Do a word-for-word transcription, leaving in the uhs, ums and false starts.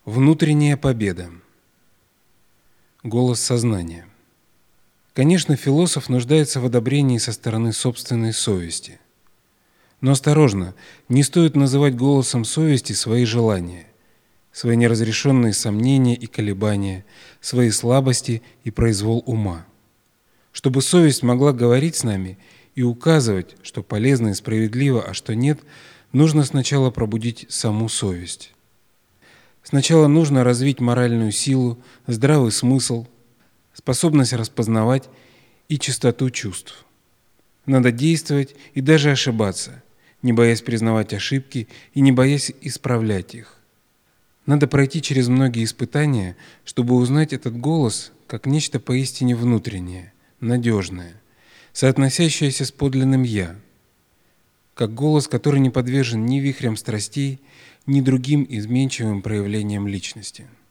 Внутренняя победа. Голос сознания. Конечно, философ нуждается в одобрении со стороны собственной совести. Но осторожно, не стоит называть голосом совести свои желания, свои неразрешенные сомнения и колебания, свои слабости и произвол ума. Чтобы совесть могла говорить с нами и указывать, что полезно и справедливо, а что нет, нужно сначала пробудить саму совесть. Сначала нужно развить моральную силу, здравый смысл, способность распознавать и чистоту чувств. Надо действовать и даже ошибаться, не боясь признавать ошибки и не боясь исправлять их. Надо пройти через многие испытания, чтобы узнать этот голос как нечто поистине внутреннее, надежное, соотносящееся с подлинным «я», как голос, который не подвержен ни вихрям страстей, ни другим изменчивым проявлениям личности.